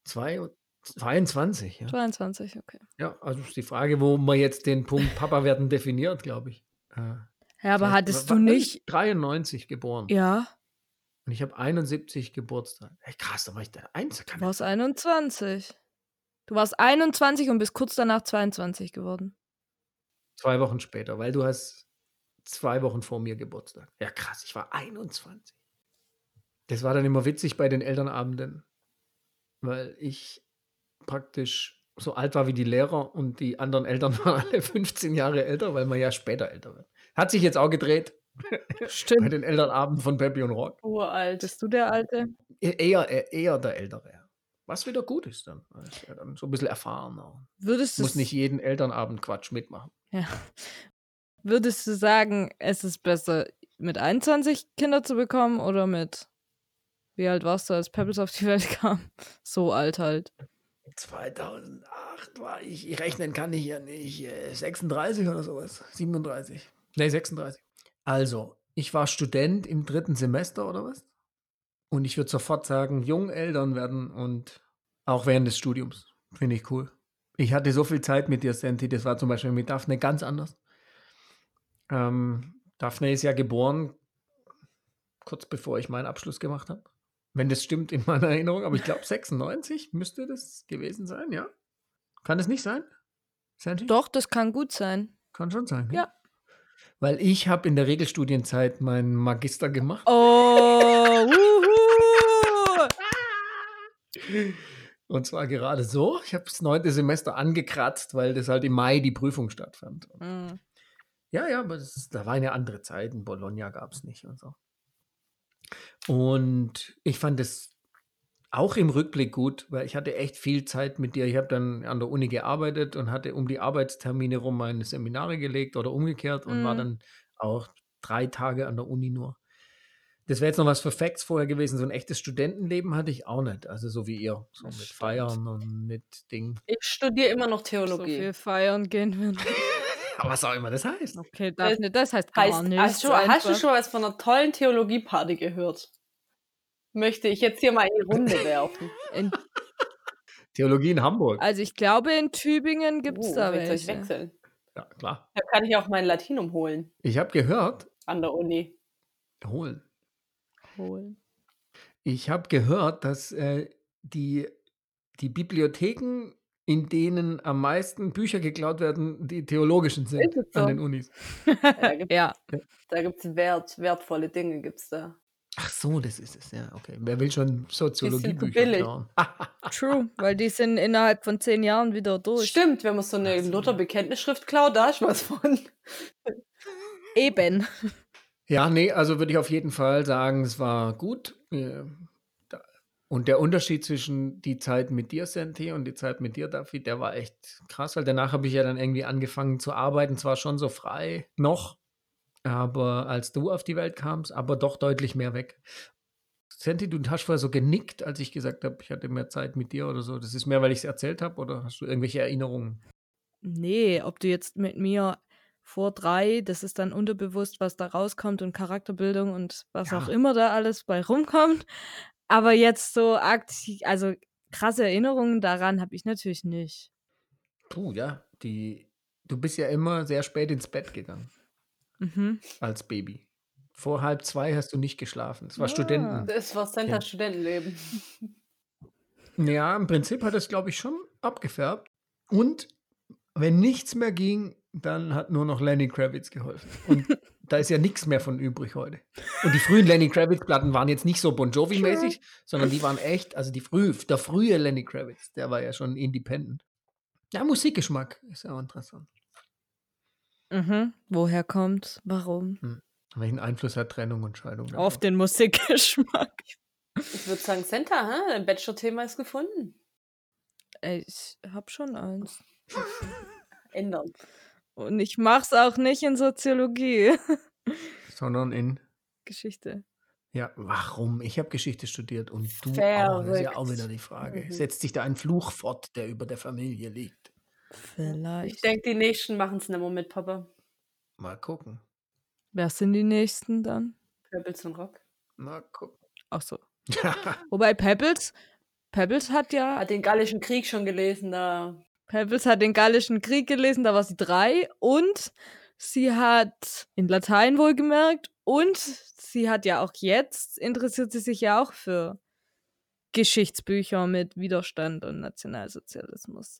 22, ja.
22, okay.
Ja, also ist die Frage, wo man jetzt den Punkt Papa werden definiert, glaube ich.
Ja, aber
Das heißt,
hattest du
wann bin
nicht.
ich 93 geboren
Ja,
und ich habe 71 Geburtstag. Hey, krass, da war ich der Einzige.
du warst 21. Du warst 21 und bist kurz danach 22 geworden.
2 Wochen später, weil du hast 2 Wochen vor mir Geburtstag. Ja, krass, ich war 21. Das war dann immer witzig bei den Elternabenden, weil ich praktisch so alt war wie die Lehrer und die anderen Eltern waren alle 15 Jahre älter, weil man ja später älter wird. Hat sich jetzt auch gedreht bei
Stimmt.
den Elternabenden von Peppi und Rock.
Uralt.
Bist du der Alte?
Eher der Ältere. Ja. Was wieder gut ist dann. weil ich ja dann so ein bisschen erfahrener.
Würdest
Muss
du
nicht jeden Elternabend Quatsch mitmachen.
ja. Würdest du sagen, es ist besser, mit 21 Kinder zu bekommen oder mit, wie alt warst du, als Pebbles auf die Welt kam? So alt halt.
2008 war ich rechnen kann ich ja nicht, 36 oder sowas, 37. Ne, 36. Also, ich war Student im 3. Semester oder was? Und ich würde sofort sagen, Jungeltern werden und auch während des Studiums. Finde ich cool. Ich hatte so viel Zeit mit dir, Senti, das war zum Beispiel mit Daphne ganz anders. Daphne ist ja geboren, kurz bevor ich meinen Abschluss gemacht habe. Wenn das stimmt in meiner Erinnerung, aber ich glaube 96 müsste das gewesen sein, ja? Kann es nicht sein? Sandy?
Doch, das kann gut sein.
Kann schon sein, gell?
Ja.
Weil ich habe in der Regelstudienzeit meinen Magister gemacht.
Oh, wuhu!
Und zwar gerade so. Ich habe das 9. Semester angekratzt, weil das halt im Mai die Prüfung stattfand.
Mhm.
Ja, aber da waren ja andere Zeiten. Bologna gab es nicht und so. Und ich fand es auch im Rückblick gut, weil ich hatte echt viel Zeit mit dir. Ich habe dann an der Uni gearbeitet und hatte um die Arbeitstermine rum meine Seminare gelegt oder umgekehrt und war dann auch 3 Tage an der Uni nur. Das wäre jetzt noch was für Facts vorher gewesen. So ein echtes Studentenleben hatte ich auch nicht. Also so wie ihr. So
Das
mit
stimmt.
Feiern und mit Dingen.
Ich studiere immer noch
So
Theologie.
viel feiern gehen wir nicht.
Aber was auch immer das heißt.
Okay, Daphne, das heißt gar nichts.
Hast du
einfach.
schon was von einer tollen Theologieparty gehört? Möchte ich jetzt hier mal in die Runde werfen.
Theologie in Hamburg.
Also ich glaube, in Tübingen gibt es da
Vielleicht soll ich
welche.
wechseln.
Ja, klar.
Da kann ich auch mein Latinum holen
Ich habe gehört,
an der Uni.
holen.
Holen.
Ich habe gehört, dass die Bibliotheken, in denen am meisten Bücher geklaut werden, die theologischen sind
Ist es so?
an den Unis.
Ja.
Da gibt's wertvolle Dinge, gibt's da.
Ach so, das ist es, ja, okay. Wer will schon Soziologiebücher
billig.
klauen?
True, weil die sind innerhalb von 10 Jahren wieder durch.
Stimmt, wenn man so eine
Ach so.
Luther-Bekenntnisschrift klaut, da ist was von.
Eben.
Ja, nee, also würde ich auf jeden Fall sagen, es war gut. Und der Unterschied zwischen die Zeit mit dir, Senti, und die Zeit mit dir, David, der war echt krass, weil danach habe ich ja dann irgendwie angefangen zu arbeiten, zwar schon so frei noch, aber als du auf die Welt kamst, aber doch deutlich mehr weg. Senti, du hast vorher so genickt, als ich gesagt habe, ich hatte mehr Zeit mit dir oder so. Das ist mehr, weil ich es erzählt habe, oder hast du irgendwelche Erinnerungen?
Nee, ob du jetzt mit mir vor 3, das ist dann unterbewusst, was da rauskommt und Charakterbildung und was auch
Ja.
immer da alles bei rumkommt. Aber jetzt so aktiv, also krasse Erinnerungen daran habe ich natürlich nicht.
Puh, ja, du bist ja immer sehr spät ins Bett gegangen
Mhm.
als Baby. Vor 1:30 hast du nicht geschlafen. Das war
Ah.
Das war Santa
Kind.
Studentenleben.
Ja, im Prinzip hat es, glaube ich, schon abgefärbt. Und wenn nichts mehr ging, dann hat nur noch Lenny Kravitz geholfen. Und da ist ja nichts mehr von übrig heute. Und die frühen Lenny Kravitz-Platten waren jetzt nicht so Bon Jovi-mäßig, sondern die waren echt, also der frühe Lenny Kravitz, der war ja schon independent. Ja, Musikgeschmack ist ja auch interessant.
Mhm. Woher kommt's? Warum?
Welchen Einfluss hat Trennung und Scheidung
Auf
darauf?
den Musikgeschmack.
Ich würde sagen, Santa, hä? Dein Bachelor-Thema ist gefunden.
Ey, ich hab schon eins.
Ändern.
Und ich mach's auch nicht in Soziologie.
Sondern in,
Geschichte.
ja, warum? Ich habe Geschichte studiert und du auch. Das ist ja auch wieder die Frage. Setzt sich da ein Fluch fort, der über der Familie liegt?
Ich
Vielleicht.
denke, die Nächsten machen es nicht mehr mit Papa.
Mal gucken.
Wer sind die nächsten dann?
Pebbles und Rock.
Mal gucken.
Ach so. Wobei Pebbles hat ja,
Hat den Gallischen Krieg schon gelesen, da.
Pebbles hat den Gallischen Krieg gelesen, da war sie 3 und sie hat in Latein wohlgemerkt und sie hat ja auch jetzt, interessiert sie sich ja auch für Geschichtsbücher mit Widerstand und Nationalsozialismus.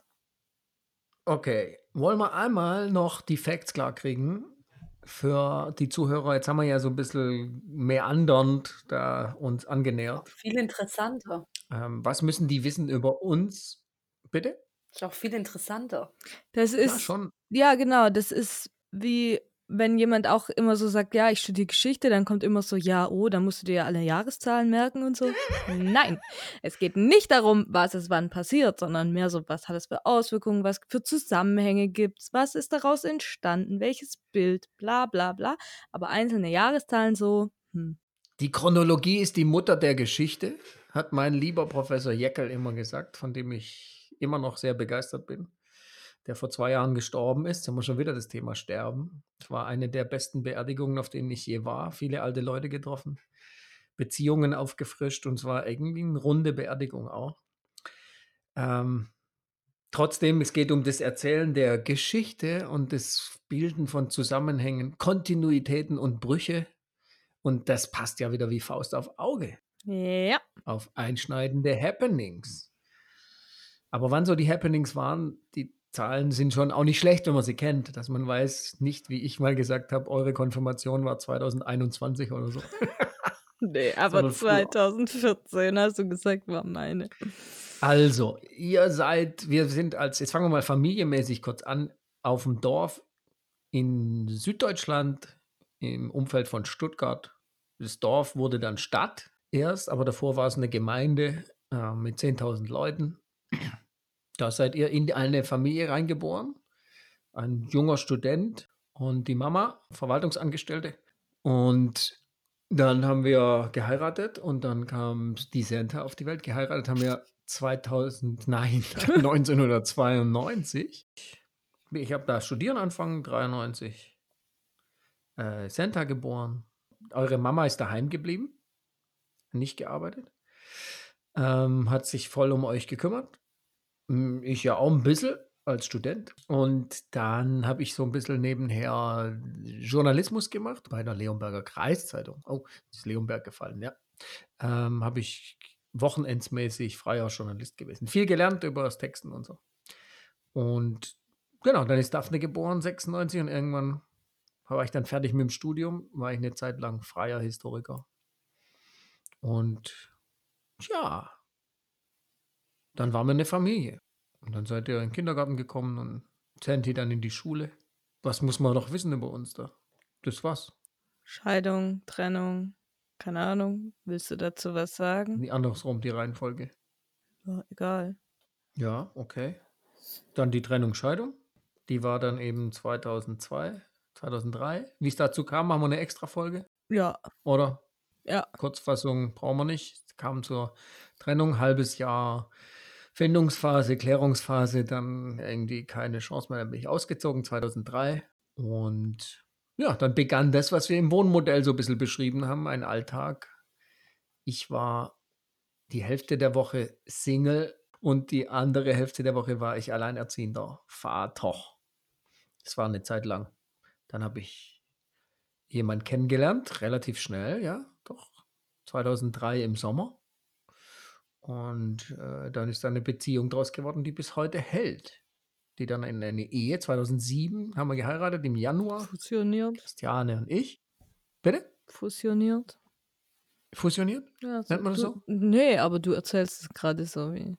Okay, wollen wir einmal noch die Facts klarkriegen für die Zuhörer? Jetzt haben wir ja so ein bisschen meandernd da uns angenähert.
Viel interessanter.
Was müssen die wissen über uns? Bitte?
Ist auch viel interessanter.
Das
Ja,
ist,
schon.
ja genau, das ist wie, wenn jemand auch immer so sagt, ja, ich studiere Geschichte, dann kommt immer so, ja, oh, dann musst du dir ja alle Jahreszahlen merken und so. Nein, es geht nicht darum, was ist wann passiert, sondern mehr so, was hat es für Auswirkungen, was für Zusammenhänge gibt's, was ist daraus entstanden, welches Bild, bla bla bla. Aber einzelne Jahreszahlen so,
Die Chronologie ist die Mutter der Geschichte, hat mein lieber Professor Jeckel immer gesagt, von dem ich immer noch sehr begeistert bin, der vor 2 Jahren gestorben ist. Jetzt haben wir schon wieder das Thema Sterben. Es war eine der besten Beerdigungen, auf denen ich je war. Viele alte Leute getroffen, Beziehungen aufgefrischt und es war irgendwie eine runde Beerdigung auch. Trotzdem, es geht um das Erzählen der Geschichte und das Bilden von Zusammenhängen, Kontinuitäten und Brüche. Und das passt ja wieder wie Faust auf Auge
ja.
auf einschneidende Happenings. Aber wann so die Happenings waren, die Zahlen sind schon auch nicht schlecht, wenn man sie kennt, dass man weiß, nicht wie ich mal gesagt habe, eure Konfirmation war 2021 oder so.
Nee, aber
Sondern früher.
2014 hast du gesagt, war meine.
Also, wir sind jetzt fangen wir mal familienmäßig kurz an, auf dem Dorf in Süddeutschland im Umfeld von Stuttgart. Das Dorf wurde dann Stadt erst, aber davor war es eine Gemeinde mit 10.000 Leuten. Da seid ihr in eine Familie reingeboren, ein junger Student und die Mama, Verwaltungsangestellte. Und dann haben wir geheiratet und dann kam die Santa auf die Welt. Geheiratet haben wir 1992. Ich habe da studieren angefangen, 93. Santa geboren. Eure Mama ist daheim geblieben, nicht gearbeitet. Hat sich voll um euch gekümmert. Ich ja auch ein bisschen als Student. Und dann habe ich so ein bisschen nebenher Journalismus gemacht bei der Leonberger Kreiszeitung. Oh, ist Leonberg gefallen, ja. Habe ich wochenendsmäßig freier Journalist gewesen. Viel gelernt über das Texten und so. Und genau, dann ist Daphne geboren, 96, und irgendwann war ich dann fertig mit dem Studium, war ich eine Zeit lang freier Historiker. Und ja, dann waren wir eine Familie. Und dann seid ihr in den Kindergarten gekommen und Santi dann in die Schule. Was muss man noch wissen über uns da? Das war's.
Scheidung, Trennung, keine Ahnung. Willst du dazu was sagen?
Andersrum die Reihenfolge.
Ja, egal.
Ja, okay. Dann die Trennung, Scheidung. Die war dann eben 2002, 2003. Wie es dazu kam, machen wir eine Extra-Folge,
Ja,
oder?
ja.
Kurzfassung brauchen wir nicht. Es kam zur Trennung, halbes Jahr Findungsphase, Klärungsphase, dann irgendwie keine Chance mehr, dann bin ich ausgezogen, 2003. Und ja, dann begann das, was wir im Wohnmodell so ein bisschen beschrieben haben, ein Alltag. Ich war die Hälfte der Woche Single und die andere Hälfte der Woche war ich alleinerziehender Vater. Das war eine Zeit lang. Dann habe ich jemanden kennengelernt, relativ schnell, ja, doch. 2003 im Sommer. Und dann ist da eine Beziehung draus geworden, die bis heute hält. Die dann in eine Ehe, 2007 haben wir geheiratet, im Januar,
Fusioniert.
Christiane und ich. Bitte?
Fusioniert.
Fusioniert?
Ja,
Nennt man das so?
Nee, aber du erzählst es gerade so wie.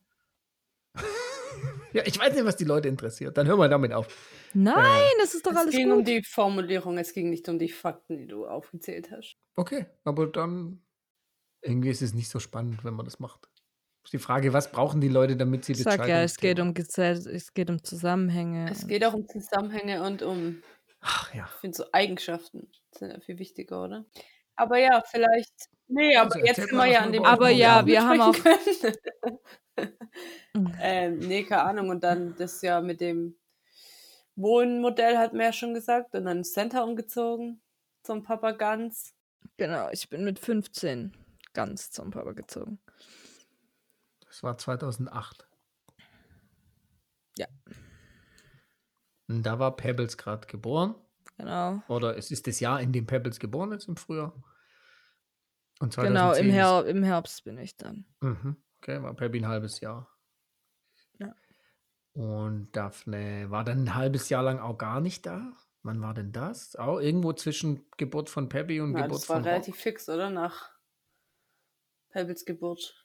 Ja, ich weiß nicht, was die Leute interessiert. Dann hören wir damit auf.
Nein, das ist doch
Es
alles
ging um
gut.
die Formulierung, es ging nicht um die Fakten, die du aufgezählt hast.
Okay, aber dann irgendwie ist es nicht so spannend, wenn man das macht. Ist die Frage, was brauchen die Leute, damit sie
Ich
das
sag ja, es geht
Scheidungsthema-
es geht um Zusammenhänge.
Es
und-
geht auch um Zusammenhänge und um,
Ach ja.
ich finde so Eigenschaften sind ja viel wichtiger, oder? Aber ja, vielleicht. Nee, aber
Also,
jetzt
erzählt
sind
mal,
wir
was
ja
man
an dem
über euch
Aber
Punkt, wo
ja,
auch
wir haben
mitsprechen können. Nee, keine Ahnung. Und dann das ja mit dem Wohnmodell hat man ja schon gesagt. Und dann ins Center umgezogen zum Papa Ganz.
Genau, ich bin mit 15 ganz zum Papa gezogen.
Das war 2008.
Ja.
Und da war Pebbles gerade geboren.
Genau.
Oder es ist das Jahr, in dem Pebbles geboren ist, im Frühjahr. Und
Genau,
2010 ist,
im Herbst bin ich dann.
okay, war Pebby ein halbes Jahr.
Ja.
Und Daphne war dann ein halbes Jahr lang auch gar nicht da. Wann war denn das? Auch irgendwo zwischen Geburt von Pebby und
Na,
Geburt
das war
von
relativ
Rock?
fix, oder? Nach Pebbles Geburt.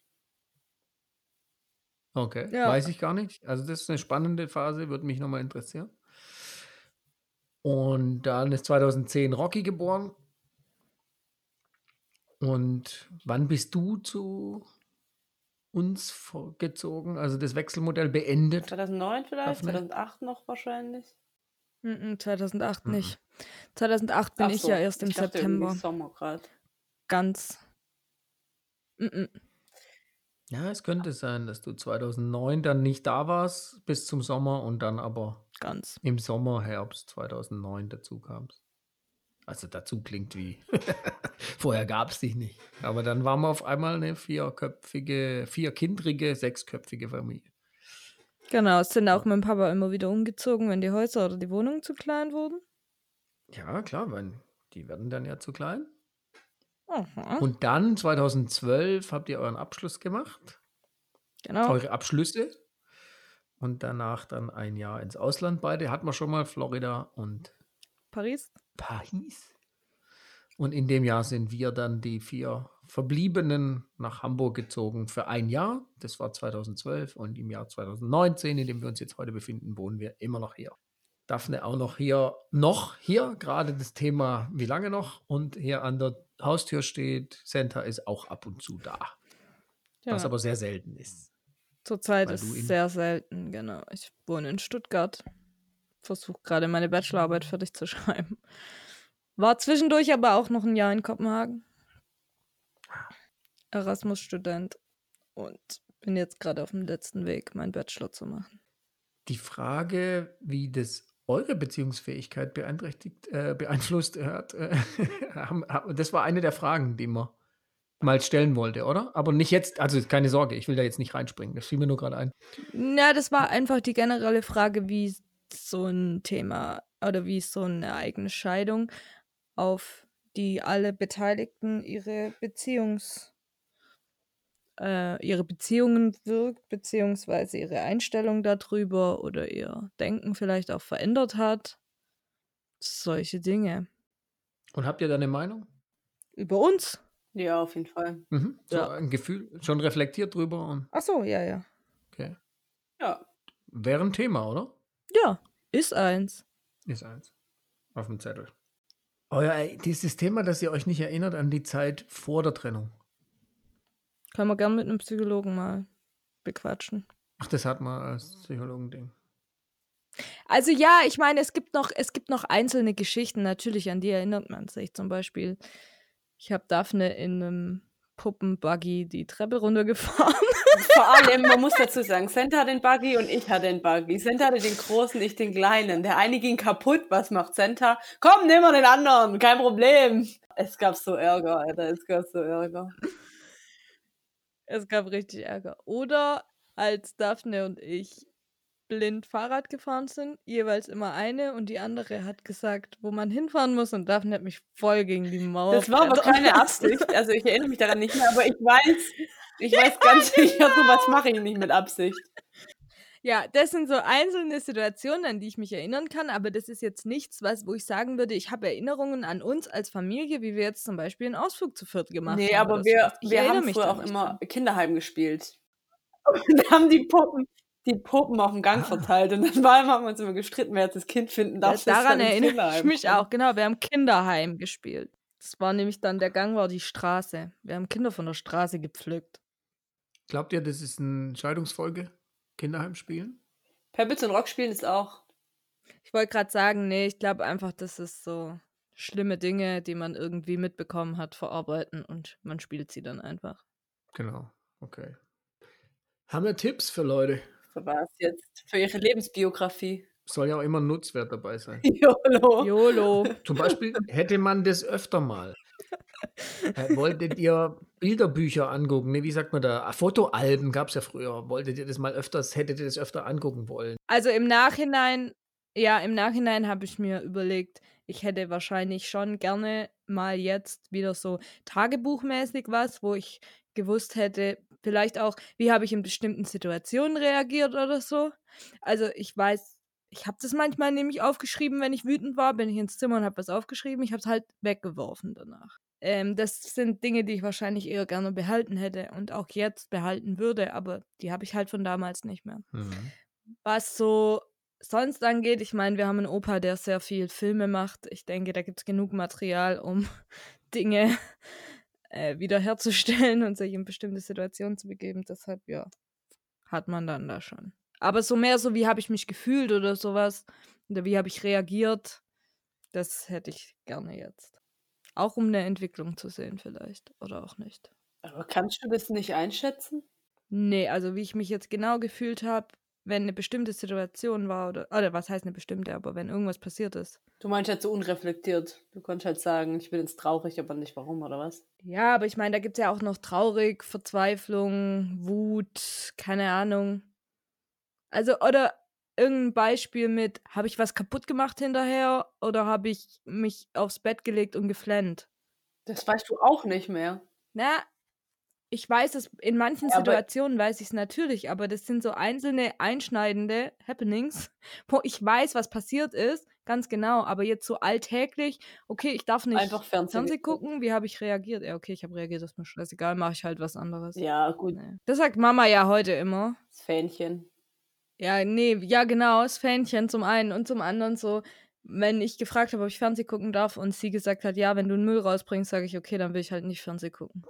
Okay,
Ja.
weiß ich gar nicht. Also das ist eine spannende Phase, würde mich nochmal interessieren. Und dann ist 2010 Rocky geboren. Und wann bist du zu uns gezogen? Also das Wechselmodell beendet?
2009 vielleicht?
Daphne?
2008 noch wahrscheinlich?
2008
Mhm.
nicht. 2008 bin
Ach
ich
so,
ja erst im
ich dachte irgendwie
September
Sommer gerade.
ganz.
Ja, es könnte sein, dass du 2009 dann nicht da warst bis zum Sommer und dann aber
Ganz.
im Sommer, Herbst 2009 dazu kamst. Also dazu klingt wie, vorher gab es dich nicht. Aber dann waren wir auf einmal eine vierkindrige, sechsköpfige Familie.
Genau, es sind auch mit dem Papa immer wieder umgezogen, wenn die Häuser oder die Wohnungen zu klein wurden.
Ja, klar, weil die werden dann ja zu klein.
Aha.
Und dann 2012 habt ihr euren Abschluss gemacht,
Genau.
eure Abschlüsse. Und danach dann ein Jahr ins Ausland. Beide hatten wir schon mal, Florida und
Paris.
Paris. Und in dem Jahr sind wir dann die 4 Verbliebenen nach Hamburg gezogen für ein Jahr. Das war 2012. Und im Jahr 2019, in dem wir uns jetzt heute befinden, wohnen wir immer noch hier. Daphne auch noch hier, gerade das Thema, wie lange noch? Und hier an der Haustür steht, Center ist auch ab und zu da. Was
Ja.
aber sehr selten ist.
Zurzeit
weil
ist
du
es
in-
sehr selten, genau. Ich wohne in Stuttgart. Versuche gerade meine Bachelorarbeit fertig zu schreiben. War zwischendurch aber auch noch ein Jahr in Kopenhagen. Erasmus-Student. Und bin jetzt gerade auf dem letzten Weg, meinen Bachelor zu machen.
Die Frage, wie das eure Beziehungsfähigkeit beeinflusst hat, das war eine der Fragen, die man mal stellen wollte, oder? Aber nicht jetzt, also keine Sorge, ich will da jetzt nicht reinspringen, das fiel mir nur gerade ein.
Na, das war einfach die generelle Frage, wie so ein Thema oder wie so eine eigene Scheidung auf die alle Beteiligten ihre Beziehungen wirkt, beziehungsweise ihre Einstellung darüber oder ihr Denken vielleicht auch verändert hat. Solche Dinge.
Und habt ihr da eine Meinung?
Über uns?
Ja, auf jeden Fall.
So
Ja.
ein Gefühl, schon reflektiert drüber und
Ach so, ja.
okay.
Ja.
Wäre ein Thema, oder?
Ja, ist eins.
Ist eins. Auf dem Zettel. Dieses Thema, dass ihr euch nicht erinnert an die Zeit vor der Trennung.
Können wir gern mit einem Psychologen mal bequatschen.
Ach, das hat man als Psychologen-Ding.
Also ja, ich meine, es gibt noch einzelne Geschichten, natürlich, an die erinnert man sich. Zum Beispiel, ich habe Daphne in einem Puppenbuggy die Treppe runtergefahren.
Vor allem, man muss dazu sagen, Senta hat den Buggy und ich hatte den Buggy. Senta hatte den großen, ich den kleinen. Der eine ging kaputt, was macht Senta? Komm, nimm mal den anderen, kein Problem. Es gab so Ärger, Alter, es gab so Ärger.
Es gab richtig Ärger. Oder als Daphne und ich blind Fahrrad gefahren sind, jeweils immer eine und die andere hat gesagt, wo man hinfahren muss und Daphne hat mich voll gegen die Mauer
Das war aber
brettern
keine
lassen.
Absicht, also ich erinnere mich daran nicht mehr, aber ich weiß ganz sicher, sowas mache ich nicht mit Absicht.
Ja, das sind so einzelne Situationen, an die ich mich erinnern kann, aber das ist jetzt nichts, wo ich sagen würde, ich habe Erinnerungen an uns als Familie, wie wir jetzt zum Beispiel einen Ausflug zu viert gemacht
Nee,
haben
aber
oder
wir
sowas. Ich erinnere
haben
mich
früher
da
auch
nicht
immer
dran.
Kinderheim gespielt. Und haben die Puppen auf dem Gang verteilt und dann haben wir uns immer gestritten, wer jetzt das Kind finden darf.
Ja, daran
ins
erinnere ich
Kinderheim
mich
kommen.
auch, genau, wir haben Kinderheim gespielt. Das war nämlich dann, der Gang war die Straße. Wir haben Kinder von der Straße gepflückt.
Glaubt ihr, das ist eine Entscheidungsfolge? Kinderheim spielen?
Pebbles und Rock spielen ist auch.
Ich wollte gerade sagen, nee, ich glaube einfach, das ist so schlimme Dinge, die man irgendwie mitbekommen hat, verarbeiten und man spielt sie dann einfach.
Genau, okay. Haben wir Tipps für Leute?
Für was jetzt? Für ihre Lebensbiografie.
Soll ja auch immer ein Nutzwert dabei sein.
YOLO.
YOLO.
Zum Beispiel hätte man das öfter mal. Wolltet ihr Bilderbücher angucken? Ne, wie sagt man da? Fotoalben gab es ja früher. Wolltet ihr das mal öfters, hättet ihr das öfter angucken wollen?
Also im Nachhinein habe ich mir überlegt, ich hätte wahrscheinlich schon gerne mal jetzt wieder so tagebuchmäßig was, wo ich gewusst hätte, vielleicht auch, wie habe ich in bestimmten Situationen reagiert oder so. Also ich weiß, ich habe das manchmal nämlich aufgeschrieben, wenn ich wütend war, bin ich ins Zimmer und habe was aufgeschrieben, ich habe es halt weggeworfen danach. Das sind Dinge, die ich wahrscheinlich eher gerne behalten hätte und auch jetzt behalten würde, aber die habe ich halt von damals nicht mehr.
Mhm.
Was so sonst angeht, ich meine, wir haben einen Opa, der sehr viel Filme macht. Ich denke, da gibt es genug Material, um Dinge wiederherzustellen und sich in bestimmte Situationen zu begeben. Deshalb, ja, hat man dann da schon. Aber so mehr so, wie habe ich mich gefühlt oder sowas, oder wie habe ich reagiert, das hätte ich gerne jetzt. Auch um eine Entwicklung zu sehen vielleicht, oder auch nicht.
Aber kannst du das nicht einschätzen?
Nee, also wie ich mich jetzt genau gefühlt habe, wenn eine bestimmte Situation war oder was heißt eine bestimmte, aber wenn irgendwas passiert ist.
Du meinst halt so unreflektiert. Du konntest halt sagen, ich bin jetzt traurig, aber nicht warum, oder was?
Ja, aber ich meine, da gibt es ja auch noch traurig, Verzweiflung, Wut, keine Ahnung. Also, oder irgendein Beispiel mit, habe ich was kaputt gemacht hinterher oder habe ich mich aufs Bett gelegt und geflennt?
Das weißt du auch nicht mehr.
Na, ich weiß es, in manchen
Ja, aber
Situationen weiß ich es natürlich, aber das sind so einzelne einschneidende Happenings, wo ich weiß, was passiert ist, ganz genau, aber jetzt so alltäglich, okay, ich darf nicht
einfach Fernsehen
Fernsehen
geguckt.
gucken, wie habe ich reagiert? Ja, okay, ich habe reagiert, ist mir scheißegal, mache ich halt was anderes.
Ja, gut,
Nee. Das sagt Mama ja heute immer.
das Fähnchen.
Ja, nee, ja genau, das Fähnchen zum einen und zum anderen so, wenn ich gefragt habe, ob ich Fernsehen gucken darf und sie gesagt hat, ja, wenn du den Müll rausbringst, sage ich, okay, dann will ich halt nicht Fernsehen gucken.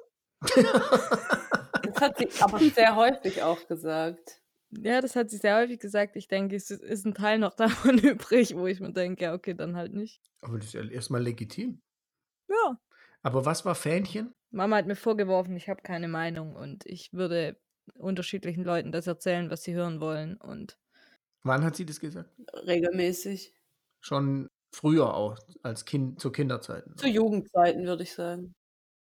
Das hat sie aber sehr häufig auch gesagt.
Ja, das hat sie sehr häufig gesagt. Ich denke, es ist ein Teil noch davon übrig, wo ich mir denke, ja, okay, dann halt nicht.
Aber das ist ja erstmal legitim.
Ja.
Aber was war Fähnchen?
Mama hat mir vorgeworfen, ich habe keine Meinung und ich würde unterschiedlichen Leuten das erzählen, was sie hören wollen. Und
Wann hat sie das gesagt?
Regelmäßig.
Schon früher auch, als Kind, zu Kinderzeiten.
Zu Jugendzeiten, würde ich sagen.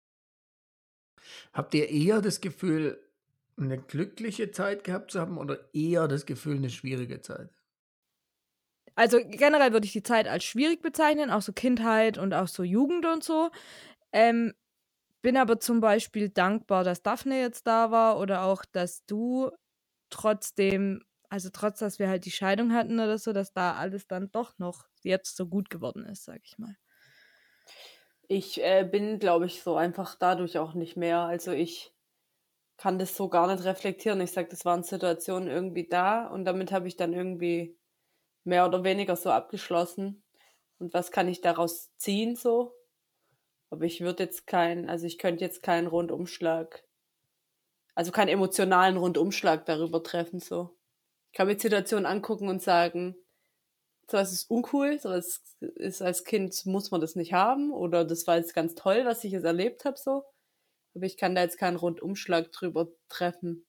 Habt ihr eher das Gefühl, eine glückliche Zeit gehabt zu haben oder eher das Gefühl, eine schwierige Zeit?
also generell würde ich die Zeit als schwierig bezeichnen, auch so Kindheit und auch so Jugend und so. Bin aber zum Beispiel dankbar, dass Daphne jetzt da war oder auch, dass du trotzdem, also trotz, dass wir halt die Scheidung hatten oder so, dass da alles dann doch noch jetzt so gut geworden ist, sag ich mal.
Ich bin, glaube ich, so einfach dadurch auch nicht mehr. Also ich kann das so gar nicht reflektieren. Ich sage, das waren Situationen irgendwie da und damit habe ich dann irgendwie mehr oder weniger so abgeschlossen. und was kann ich daraus ziehen so. Aber ich könnte jetzt keinen Rundumschlag, also keinen emotionalen Rundumschlag darüber treffen so. Ich kann mir die Situation angucken und sagen, sowas ist uncool, sowas ist als Kind, muss man das nicht haben oder das war jetzt ganz toll, was ich jetzt erlebt habe so. Aber ich kann da jetzt keinen Rundumschlag drüber treffen,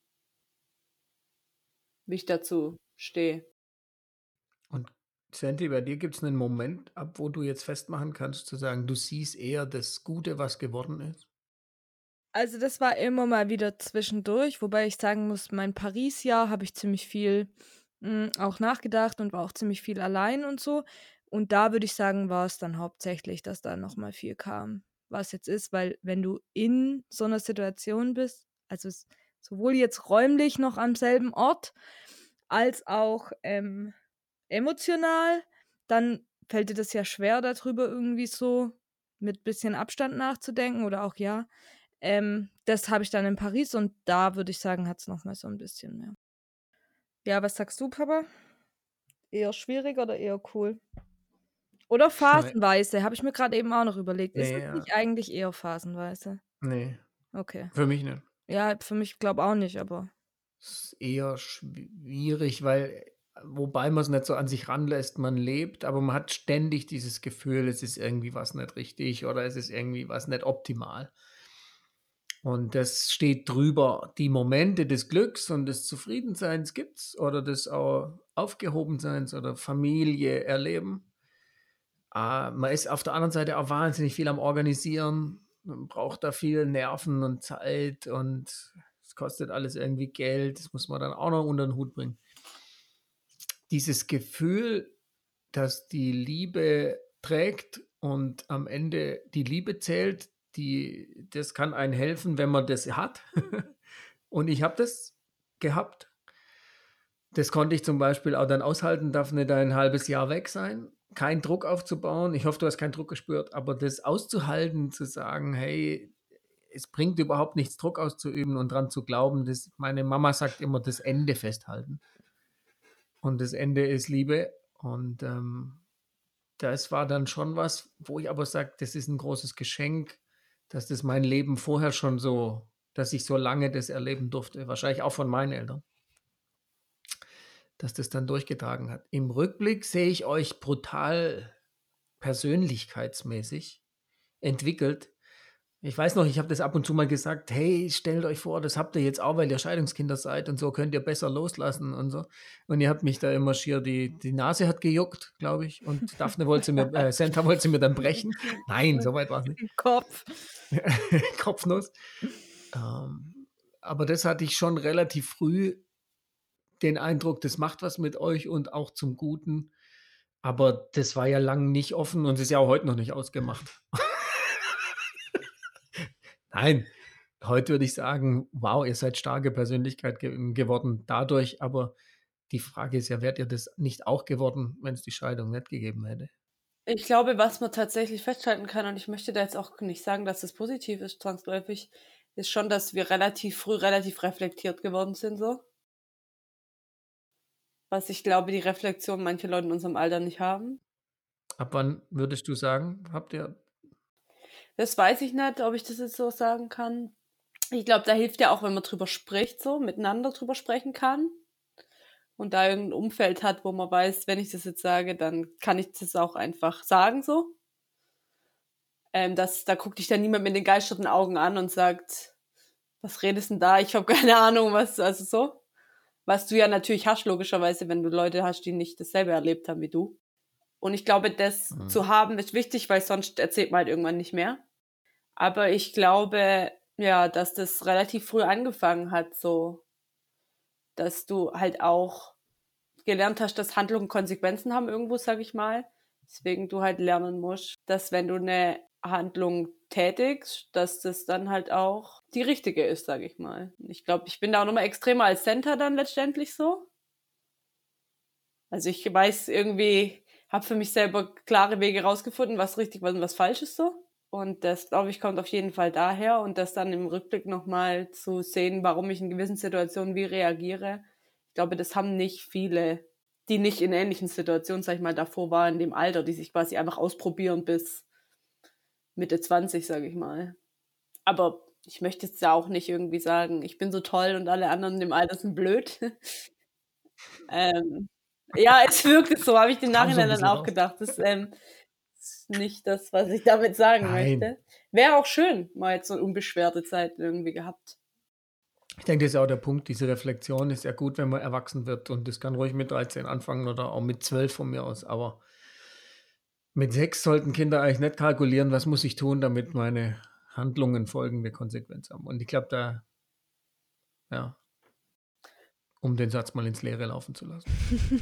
wie ich dazu stehe.
Und Sandy, bei dir gibt es einen Moment, ab wo du jetzt festmachen kannst, zu sagen, du siehst eher das Gute, was geworden ist?
Also, das war immer mal wieder zwischendurch, wobei ich sagen muss, mein Paris-Jahr habe ich ziemlich viel, auch nachgedacht und war auch ziemlich viel allein und so. Und da würde ich sagen, war es dann hauptsächlich, dass da noch mal viel kam, was jetzt ist, weil wenn du in so einer Situation bist, also sowohl jetzt räumlich noch am selben Ort, als auch emotional, dann fällt dir das ja schwer, darüber irgendwie so mit bisschen Abstand nachzudenken oder auch ja. Das habe ich dann in Paris und da würde ich sagen, hat es noch mal so ein bisschen mehr. Ja, was sagst du, Papa? Eher schwierig oder eher cool? Oder
Schei
phasenweise, habe ich mir gerade eben auch noch überlegt. Ist es
Ja,
nicht eigentlich eher phasenweise?
ne,
Okay.
für mich nicht.
Ja, für mich glaube auch nicht, aber
Ist eher schwierig, weil wobei man es nicht so an sich ranlässt, man lebt, aber man hat ständig dieses Gefühl, es ist irgendwie was nicht richtig oder es ist irgendwie was nicht optimal. Und das steht drüber. Die Momente des Glücks und des Zufriedenseins gibt's oder des Aufgehobenseins oder Familie erleben. Man ist auf der anderen Seite auch wahnsinnig viel am Organisieren. Man braucht da viel Nerven und Zeit und es kostet alles irgendwie Geld. Das muss man dann auch noch unter den Hut bringen. Dieses Gefühl, dass die Liebe trägt und am Ende die Liebe zählt, das kann einem helfen, wenn man das hat. Und ich habe das gehabt. Das konnte ich zum Beispiel auch dann aushalten, darf nicht ein halbes Jahr weg sein, keinen Druck aufzubauen. Ich hoffe, du hast keinen Druck gespürt, aber das auszuhalten, zu sagen, hey, es bringt überhaupt nichts, Druck auszuüben und dran zu glauben, meine Mama sagt immer, das Ende festhalten. Und das Ende ist Liebe. Und das war dann schon was, wo ich aber sage, das ist ein großes Geschenk, dass das mein Leben vorher schon so, dass ich so lange das erleben durfte. Wahrscheinlich auch von meinen Eltern, dass das dann durchgetragen hat. Im Rückblick sehe ich euch brutal persönlichkeitsmäßig entwickelt. Ich weiß noch, ich habe das ab und zu mal gesagt: „Hey, stellt euch vor, das habt ihr jetzt auch, weil ihr Scheidungskinder seid und so könnt ihr besser loslassen und so.“ Und ihr habt mich da immer schier die Nase hat gejuckt, glaube ich, und Senta wollte sie mir dann brechen. Nein, so weit war's nicht.
im Kopf.
Kopfnuss. Aber das hatte ich schon relativ früh den Eindruck, das macht was mit euch und auch zum Guten. Aber das war ja lang nicht offen und es ist ja auch heute noch nicht ausgemacht. Nein, heute würde ich sagen, wow, ihr seid starke Persönlichkeit geworden dadurch, aber die Frage ist ja, wärt ihr das nicht auch geworden, wenn es die Scheidung nicht gegeben hätte?
Ich glaube, was man tatsächlich festhalten kann, und ich möchte da jetzt auch nicht sagen, dass das positiv ist, zwangsläufig, ist schon, dass wir relativ früh relativ reflektiert geworden sind, so. Was ich glaube, die Reflexion manche Leute in unserem Alter nicht haben.
Ab wann würdest du sagen, habt ihr
Das weiß ich nicht, ob ich das jetzt so sagen kann. Ich glaube, da hilft ja auch, wenn man drüber spricht, so, miteinander drüber sprechen kann. Und da irgendein Umfeld hat, wo man weiß, wenn ich das jetzt sage, dann kann ich das auch einfach sagen, so. Da guckt dich dann niemand mit den geisterten Augen an und sagt, was redest denn da? Ich habe keine Ahnung, was, also so. Was du ja natürlich hast, logischerweise, wenn du Leute hast, die nicht dasselbe erlebt haben wie du. Und ich glaube, das zu haben ist wichtig, weil sonst erzählt man halt irgendwann nicht mehr. Aber ich glaube, ja, dass das relativ früh angefangen hat, so, dass du halt auch gelernt hast, dass Handlungen Konsequenzen haben irgendwo, sag ich mal. Deswegen du halt lernen musst, dass wenn du eine Handlung tätigst, dass das dann halt auch die richtige ist, sag ich mal. Ich glaube, ich bin da auch nochmal extremer als Center dann letztendlich so. Also ich weiß irgendwie, habe für mich selber klare Wege rausgefunden, was richtig was und was falsch ist so. Und das, glaube ich, kommt auf jeden Fall daher. Und das dann im Rückblick nochmal zu sehen, warum ich in gewissen Situationen wie reagiere. Ich glaube, das haben nicht viele, die nicht in ähnlichen Situationen, sag ich mal, davor war in dem Alter, die sich quasi einfach ausprobieren bis Mitte 20, sage ich mal. Aber ich möchte jetzt ja auch nicht irgendwie sagen, ich bin so toll und alle anderen in dem Alter sind blöd. Ja, es wirkt so, habe ich im
Kam so ein
Nachhinein dann
bisschen
auch
raus.
gedacht. Das ist nicht das, was ich damit sagen
Nein.
möchte. Wäre auch schön, mal jetzt so unbeschwerte Zeiten irgendwie gehabt.
Ich denke, das ist ja auch der Punkt. Diese Reflexion ist ja gut, wenn man erwachsen wird. Und das kann ruhig mit 13 anfangen oder auch mit 12 von mir aus. Aber mit 6 sollten Kinder eigentlich nicht kalkulieren, was muss ich tun, damit meine Handlungen folgende Konsequenz haben. Und ich glaube, ja, um den Satz mal ins Leere laufen zu lassen.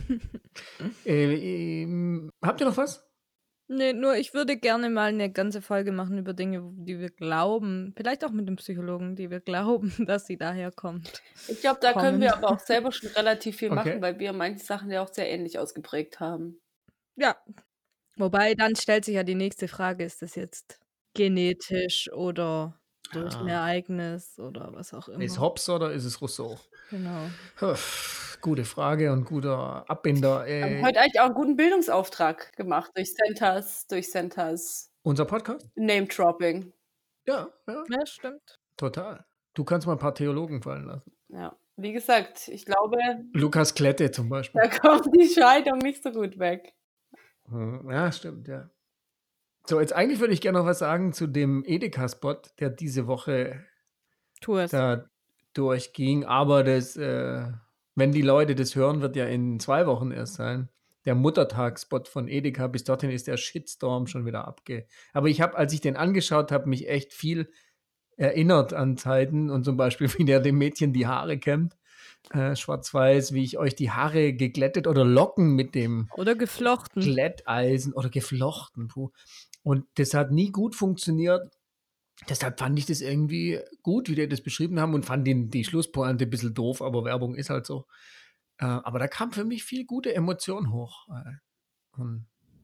Habt ihr noch was?
Nee, nur ich würde gerne mal eine ganze Folge machen über Dinge, die wir glauben, vielleicht auch mit dem Psychologen, die wir glauben, dass sie daher kommt.
Ich glaube, da können wir
Kommen.
aber auch selber schon relativ viel
Okay.
machen, weil wir manche Sachen ja auch sehr ähnlich ausgeprägt haben.
Ja. Wobei, dann stellt sich ja die nächste Frage, ist das jetzt genetisch oder durch ein Ereignis oder was auch
Ist
immer.
Hobbes oder ist es Rousseau?
Genau.
Gute Frage und guter Abbinder.
Wir haben heute eigentlich auch einen guten Bildungsauftrag gemacht durch Centers
Unser Podcast?
Name-Dropping.
Ja,
Ja, stimmt.
total. Du kannst mal ein paar Theologen fallen lassen.
Ja, wie gesagt, ich glaube,
Lukas Klette zum Beispiel.
da kommt die Scheidung nicht so gut weg.
Ja, stimmt, ja. So, jetzt eigentlich würde ich gerne noch was sagen zu dem Edeka-Spot, der diese Woche
Tu es.
da durchging. Aber wenn die Leute das hören, wird ja in 2 Wochen erst sein. Der Muttertagsspot von Edeka. Bis dorthin ist der Shitstorm schon wieder Aber ich habe, als ich den angeschaut habe, mich echt viel erinnert an Zeiten und zum Beispiel, wie der dem Mädchen die Haare kämmt. Schwarz-weiß, wie ich euch die Haare geglättet oder Locken mit dem
Oder geflochten.
Glätteisen oder geflochten. Puh. Und das hat nie gut funktioniert. Deshalb fand ich das irgendwie gut, wie die das beschrieben haben und fand die Schlusspointe ein bisschen doof, aber Werbung ist halt so. Aber da kam für mich viel gute Emotion hoch. Und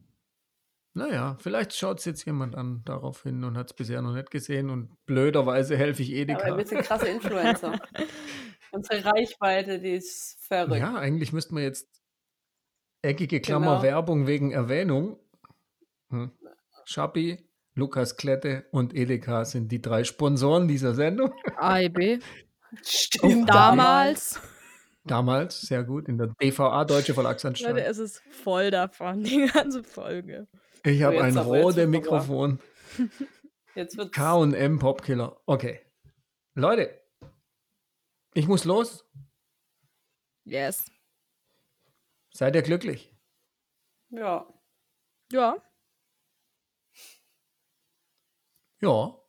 naja, vielleicht schaut es jetzt jemand an darauf hin und hat es bisher noch nicht gesehen und blöderweise helfe ich
Aber
Edeka.
wir sind krasse Influencer. Unsere Reichweite, die ist verrückt.
Ja, eigentlich müssten wir jetzt eckige Klammer
Genau.
Werbung wegen Erwähnung. Schappi, Lukas Klette und Edeka sind die 3 Sponsoren dieser Sendung.
AEB.
Stimmt,
Damals.
Damals, sehr gut, in der DVA, Deutsche
Leute,
Verlagsanstalt.
es ist voll davon, die ganze Folge.
Ich habe
jetzt
ein
aber, jetzt
Rode
wird's
Mikrofon.
Jetzt wird's.
K&M Popkiller. Okay. Leute, ich muss los.
Yes.
Seid ihr glücklich?
Ja.
Ja.
Ja.